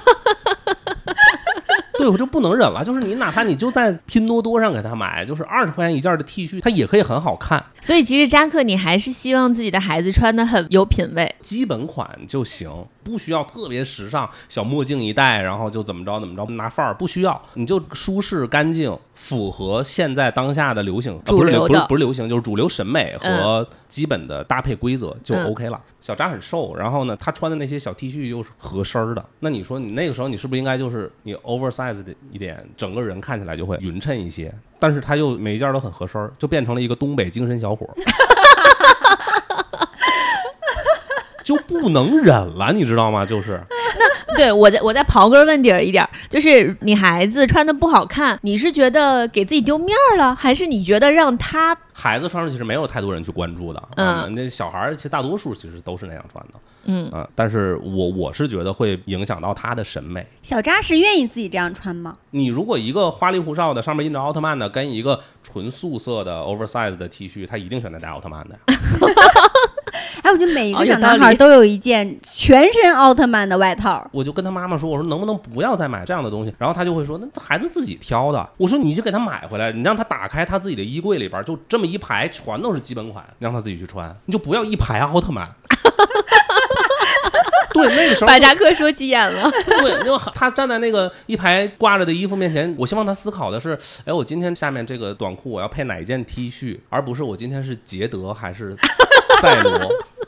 对，我就不能忍了，就是你哪怕你就在拼多多上给他买，就是20块钱一件的 T 恤，它也可以很好看。 所以其实扎克你还是希望自己的孩子穿得很有品味， 基本款就行，不需要特别时尚，小墨镜一戴，然后就怎么着拿范儿，不需要，你就舒适干净，符合现在当下的流行， 主流的不是流行，就是主流审美和基本的搭配规则就 OK 了。小扎很瘦，然后呢，他穿的那些小 T 恤又是合身的，那你说你那个时候你是不是应该就是你 oversize 一点，整个人看起来就会匀称一些？但是他又每一件都很合身，就变成了一个东北精神小伙。就不能忍了，你知道吗？就是那对我再刨根问底儿一点，就是你孩子穿的不好看，你是觉得给自己丢面了，还是你觉得让他孩子穿上其实没有太多人去关注的？那小孩其实大多数其实都是那样穿的。但是我是觉得会影响到他的审美。 小扎是愿意自己这样穿吗？ 你如果一个花里胡哨的，上面印着奥特曼的，跟一个纯素色的 oversize 的 T 恤，他一定选择戴奥特曼的。 哎，我觉得每一个小男孩都有一件全身奥特曼的外套。 我就跟他妈妈说，我说能不能不要再买这样的东西？然后他就会说，那孩子自己挑的。我说你就给他买回来，你让他打开他自己的衣柜里边，就这么一排全都是基本款，让他自己去穿，你就不要一排奥特曼。 对，那个时候把扎克说急眼了。 对，因为他站在那个一排挂着的衣服面前，我希望他思考的是，哎，我今天下面这个短裤我要配哪一件 T 恤，而不是我今天是捷德还是赛罗。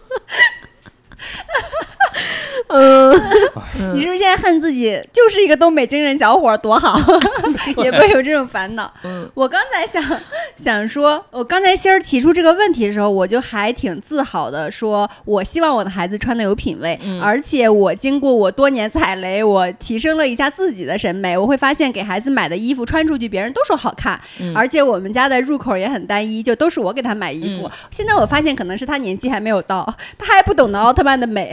你是不是现在恨自己就是一个东北精神小伙多好，也不会有这种烦恼？我刚才想说，我刚才先提出这个问题的时候，我就还挺自豪的，说我希望我的孩子穿的有品位，而且我经过我多年踩雷，我提升了一下自己的审美，我会发现给孩子买的衣服穿出去别人都说好看，而且我们家的入口也很单一，就都是我给他买衣服。现在我发现可能是他年纪还没有到，他还不懂得奥特曼的美。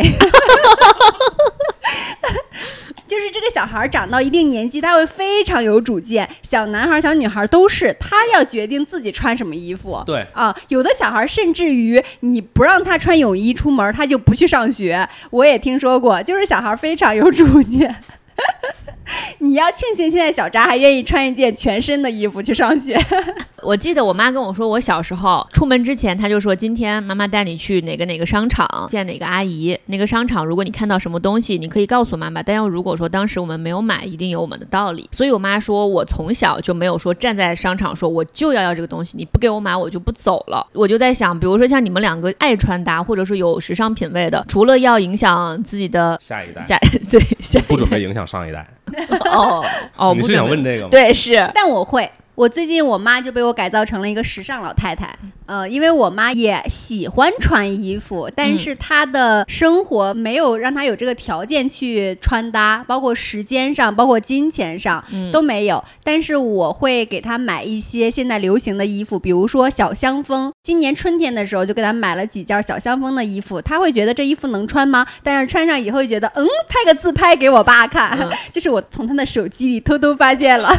就是这个小孩长到一定年纪，他会非常有主见，小男孩小女孩都是，他要决定自己穿什么衣服。 对啊，有的小孩甚至于你不让他穿泳衣出门，他就不去上学。我也听说过，就是小孩非常有主见。你要庆幸现在小扎还愿意穿一件全身的衣服去上学。 我记得我妈跟我说，我小时候出门之前，她就说今天妈妈带你去哪个商场见哪个阿姨，那个商场如果你看到什么东西你可以告诉妈妈，但要如果说当时我们没有买，一定有我们的道理。所以我妈说我从小就没有说站在商场说我就要这个东西，你不给我买我就不走了。我就在想，比如说像你们两个爱穿搭或者说有时尚品味的，除了要影响自己的下一代， 对下一代不准备影响上一代。 哦， 你是想问这个吗？ 对，是， 但我最近我妈就被我改造成了一个时尚老太太，因为我妈也喜欢穿衣服，但是她的生活没有让她有这个条件去穿搭，包括时间上，包括金钱上都没有。但是我会给她买一些现在流行的衣服，比如说小香风。今年春天的时候就给她买了几件小香风的衣服，她会觉得这衣服能穿吗？但是穿上以后会觉得拍个自拍给我爸看，就是我从她的手机里偷偷发现了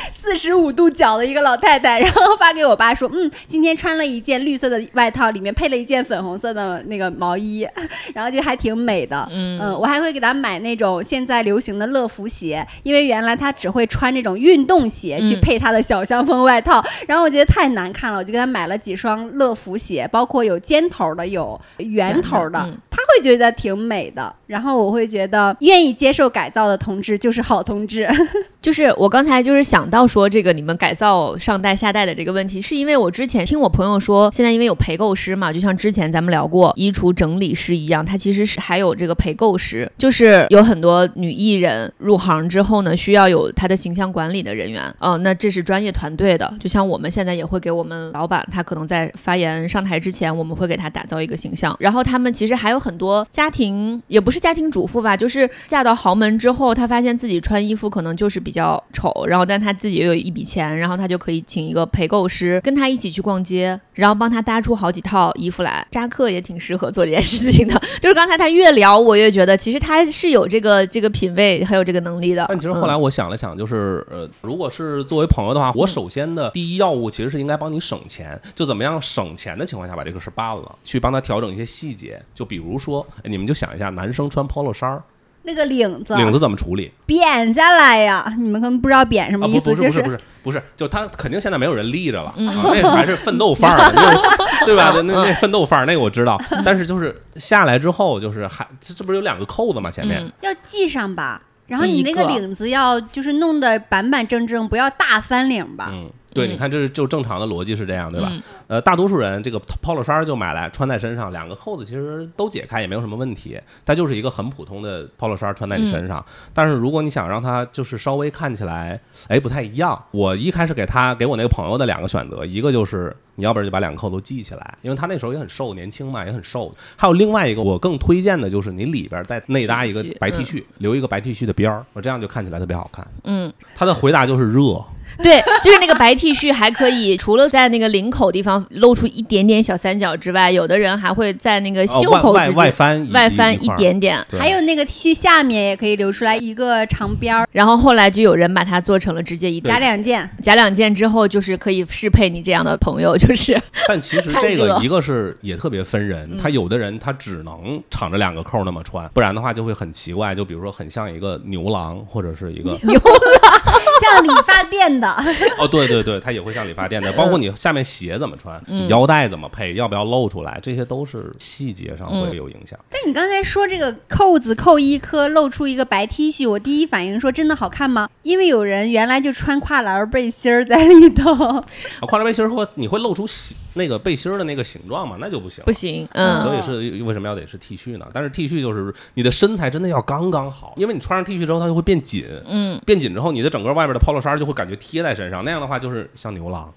45度角的一个老太太，然后发给我爸说，今天穿了一件绿色的外套，里面配了一件粉红色的那个毛衣，然后就还挺美的。我还会给他买那种现在流行的乐福鞋，因为原来他只会穿这种运动鞋去配他的小香风外套，然后我觉得太难看了，我就给他买了几双乐福鞋，包括有尖头的有圆头的，他会觉得挺美的。然后我会觉得愿意接受改造的同志就是好同志。 就是我刚才就是想到说这个你们改造上代下代的这个问题，是因为我之前听我朋友说，现在因为有陪购师嘛，就像之前咱们聊过衣橱整理师一样，它其实是还有这个陪购师，就是有很多女艺人入行之后呢，需要有她的形象管理的人员，那这是专业团队的。就像我们现在也会给我们老板，他可能在发言上台之前，我们会给他打造一个形象。然后他们其实还有很多家庭，也不是家庭主妇吧，就是嫁到豪门之后，他发现自己穿衣服可能就是比较丑，然后但他自己又有一笔钱，然后他就可以请一个陪购师跟他一起去逛街，然后帮他搭出好几套衣服来。扎克也挺适合做这件事情的，就是刚才他越聊我越觉得其实他是有这个品味还有这个能力的。 但其实后来我想了想，就是如果是作为朋友的话，我首先的第一要务其实是应该帮你省钱，就怎么样省钱的情况下把这个事办了，去帮他调整一些细节。就比如说你们就想一下，男生穿 polo 衫那个领子怎么处理？ 扁下来呀！你们可能不知道扁什么意思， 不是，就他肯定现在没有人立着了，那还是奋斗范儿，对吧？那奋斗范儿那个我知道，但是就是下来之后，就是这不是有2个扣子吗？前面要系上吧，然后你那个领子要就是弄得板板正正，不要大翻领吧。 对，你看这就正常的逻辑是这样，对吧？大多数人这个 polo 衫就买来穿在身上，2个扣子其实都解开也没有什么问题，它就是一个很普通的 polo 衫穿在你身上。但是如果你想让它就是稍微看起来不太一样，我一开始给我那个朋友的2个选择，一个就是你要不然就把2个扣都系起来，因为他那时候也很瘦，年轻嘛也很瘦。还有另外一个我更推荐的就是你里边再内搭一个白 T 恤，留一个白 T 恤的边儿，我这样就看起来特别好看。他的回答就是热。 对，就是那个白 T 恤还可以除了在那个领口地方露出一点点小三角之外，有的人还会在那个袖口之间外翻一点点， 还有那个 T 恤下面也可以留出来一个长边儿。 然后后来就有人把它做成了直接夹 2件之后就是可以适配你这样的朋友，就是但其实这个一个是也特别分人，他有的人他只能敞着2个扣那么穿，不然的话就会很奇怪，就比如说很像一个牛郎或者是一个牛郎像理发店的。 哦，对对对，它也会像理发店的，包括你下面鞋怎么穿，腰带怎么配，要不要露出来，这些都是细节上会有影响。 但你刚才说这个扣子扣一颗，露出一个白 T 恤，我第一反应说真的好看吗？因为有人原来就穿跨栏背心在里头， 跨栏背心你会露出那个背心的那个形状吗？那就不行， 不行。 所以是为什么要得是 T 恤呢？但是 T 恤就是你的身材真的要刚刚好，因为你穿上 T 恤之后它就会变紧，变紧之后你的整个外边的 polo 衫就会感觉贴在身上，那样的话就是像牛郎。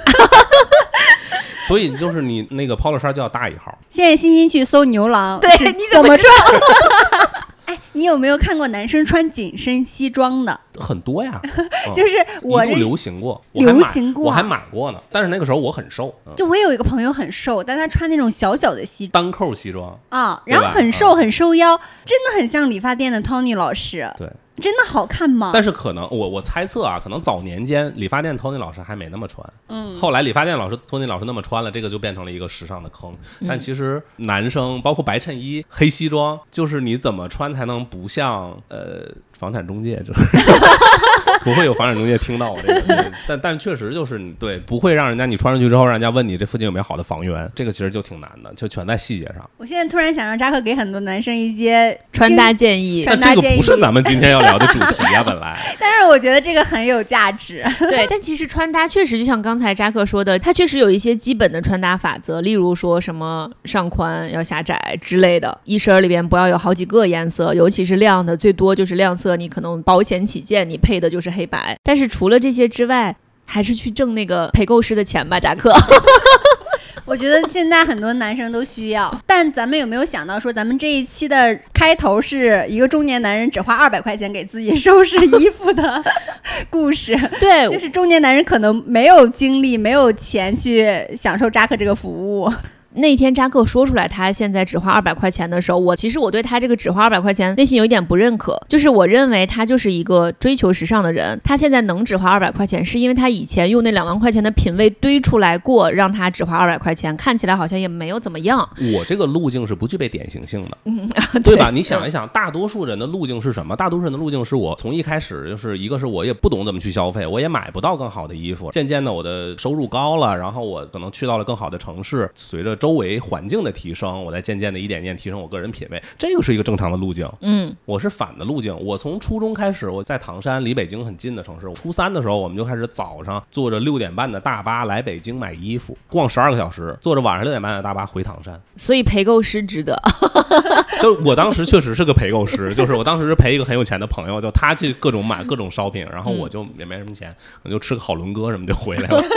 所以就是你那个 polo 衫就要大一号。 现在欣欣去搜牛郎， 对，你怎么穿？哎，你有没有看过男生穿紧身西装的？ 很多呀， 就是我一度流行过，我还买过呢。但是那个时候我很瘦， 就我有一个朋友很瘦，但他穿那种小小的西单扣西装啊，然后很瘦很收腰，真的很像理发店的 Tony 老师。 对。 真的好看吗？ 但是可能我猜测啊，可能早年间理发店 Tony 老师还没那么穿，后来理发店Tony 老师那么穿了，这个就变成了一个时尚的坑。但其实男生包括白衬衣、黑西装，就是你怎么穿才能不像房产中介，就是不会有房产中介听到我这个，但确实就是对，不会让人家你穿上去之后，让人家问你这附近有没有好的房源，这个其实就挺难的，就全在细节上。 我现在突然想让扎克给很多男生一些穿搭建议， 但这个不是咱们今天要聊的主题啊，本来。 但是我觉得这个很有价值。 对，但其实穿搭确实就像刚才扎克说的，它确实有一些基本的穿搭法则，例如说什么上宽要下窄之类的，衣身里边不要有好几个颜色，尤其是亮的，最多就是亮色，你可能保险起见你配的就是黑白。但是除了这些之外，还是去挣那个陪购师的钱吧，扎克。 我觉得现在很多男生都需要，但咱们有没有想到说，咱们这一期的开头是一个中年男人只花200块钱给自己收拾衣服的故事？ 对， 就是中年男人可能没有精力、没有钱去享受扎克这个服务。 那天扎克说出来他现在只花200块钱的时候，我对他这个只花200块钱内心有一点不认可，就是我认为他就是一个追求时尚的人，他现在能只花200块钱是因为他以前用那2万块钱的品味堆出来过，让他只花200块钱，看起来好像也没有怎么样。 我这个路径是不具备典型性的，对吧？你想一想，大多数人的路径是什么？大多数人的路径是我从一开始就是一个是我也不懂怎么去消费，我也买不到更好的衣服，渐渐的我的收入高了，然后我可能去到了更好的城市，随着周围环境的提升，我再渐渐的一点点提升我个人品味，这个是一个正常的路径。我是反的路径。我从初中开始，我在唐山，离北京很近的城市。初3的时候，我们就开始早上坐着6点半的大巴来北京买衣服，逛12个小时，坐着晚上6点半的大巴回唐山。 所以陪购师值得。 就我当时确实是个陪购师，就是我当时是陪一个很有钱的朋友，就他去各种买各种shopping，然后我就也没什么钱，我就吃个好伦哥什么就回来了。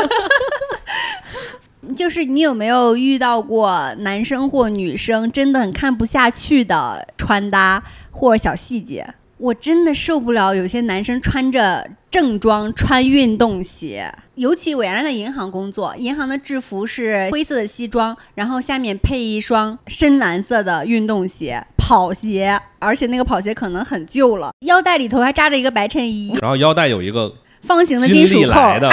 就是你有没有遇到过男生或女生真的很看不下去的穿搭或小细节？我真的受不了有些男生穿着正装穿运动鞋，尤其我原来在银行工作，银行的制服是灰色的西装，然后下面配一双深蓝色的运动鞋，跑鞋，而且那个跑鞋可能很旧了，腰带里头还扎着一个白衬衣， 然后腰带有一个方形的金属扣来的。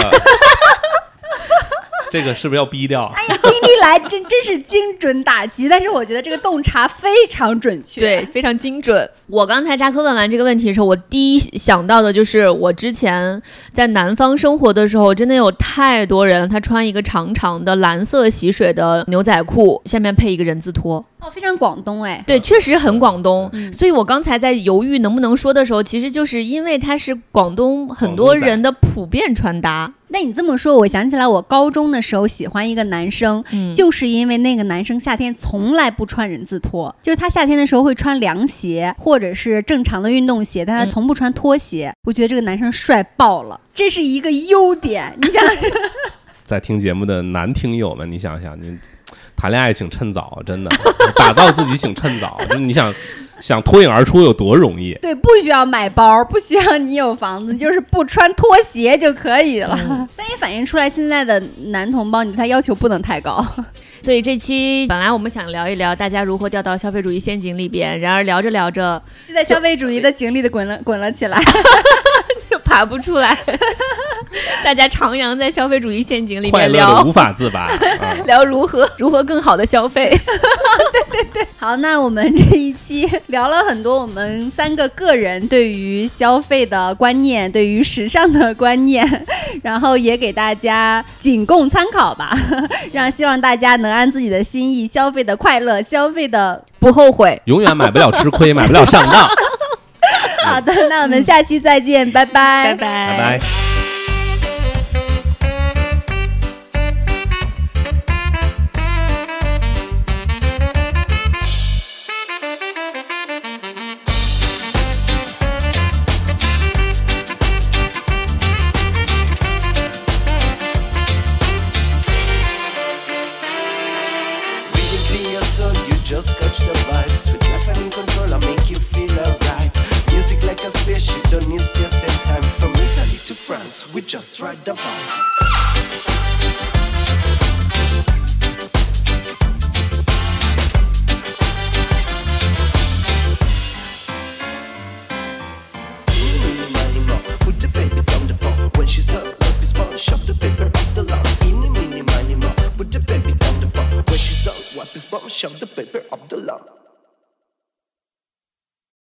这个是不是要逼掉？ 哎呀，金利来真是精准打击，但是我觉得这个洞察非常准确， 对，非常精准。我刚才扎克问完这个问题的时候，我第一想到的就是我之前在南方生活的时候，真的有太多人他穿一个长长的蓝色洗水的牛仔裤，下面配一个人字拖。 哦，非常广东哎， 对，确实很广东。所以我刚才在犹豫能不能说的时候，其实就是因为它是广东很多人的普遍穿搭。 那你这么说，我想起来我高中的时候喜欢一个男生，就是因为那个男生夏天从来不穿人字拖，就是他夏天的时候会穿凉鞋或者是正常的运动鞋，但他从不穿拖鞋。我觉得这个男生帅爆了，这是一个优点。你想在听节目的男听友们，你想想，你谈恋爱请趁早，真的打造自己请趁早。就是你想脱颖而出有多容易？ 对，不需要买包，不需要你有房子，就是不穿拖鞋就可以了。但也反映出来现在的男同胞，你对他要求不能太高。 所以这期本来我们想聊一聊大家如何掉到消费主义陷阱里边，然而聊着聊着就在消费主义的井里的滚了起来， 就爬不出来。 大家徜徉在消费主义陷阱里快面聊乐的无法自拔。 聊如何更好的消费。 对，好，那我们这一期聊了很多我们3个个人对于消费的观念，对于时尚的观念，然后也给大家仅供参考吧，希望大家能按自己的心意消费的快乐，消费的不后悔， 永远买不了吃亏，买不了上当。 好的，那我们下期再见，拜拜， 拜拜， 拜拜。 Just catch the vibes. With life I'm in control, I make you feel alright. Music like a spaceship, don't need space and time. From Italy to France, we just ride the vibe. Put the baby down the pole. When she's done, love is born. Shove the paper up the lawn. Eeny, meeny, miny, mo. Put the baby down the pole. When she's done, wipe his bum. Shove the paper up the lawn.